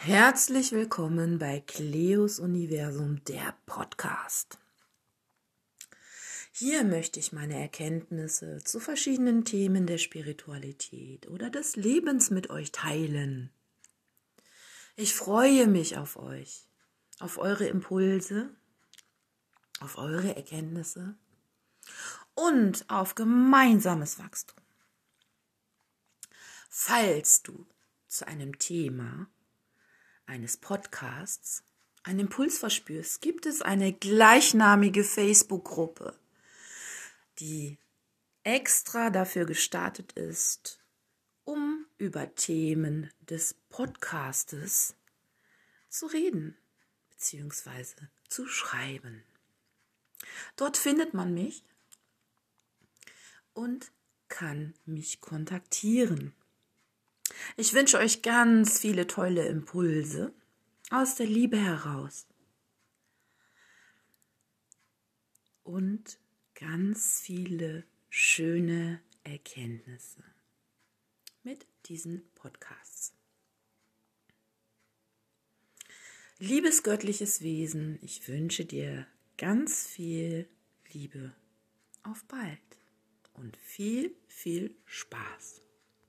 Herzlich willkommen bei Cleos Universum, der Podcast. Hier möchte ich meine Erkenntnisse zu verschiedenen Themen der Spiritualität oder des Lebens mit euch teilen. Ich freue mich auf euch, auf eure Impulse, auf eure Erkenntnisse und auf gemeinsames Wachstum. Falls du zu einem Thema eines Podcasts einen Impuls verspürst, gibt es eine gleichnamige Facebook-Gruppe, die extra dafür gestartet ist, um über Themen des Podcastes zu reden bzw. zu schreiben. Dort findet man mich und kann mich kontaktieren. Ich wünsche euch ganz viele tolle Impulse aus der Liebe heraus und ganz viele schöne Erkenntnisse mit diesen Podcasts. Liebes göttliches Wesen, ich wünsche dir ganz viel Liebe. Auf bald und viel, viel Spaß.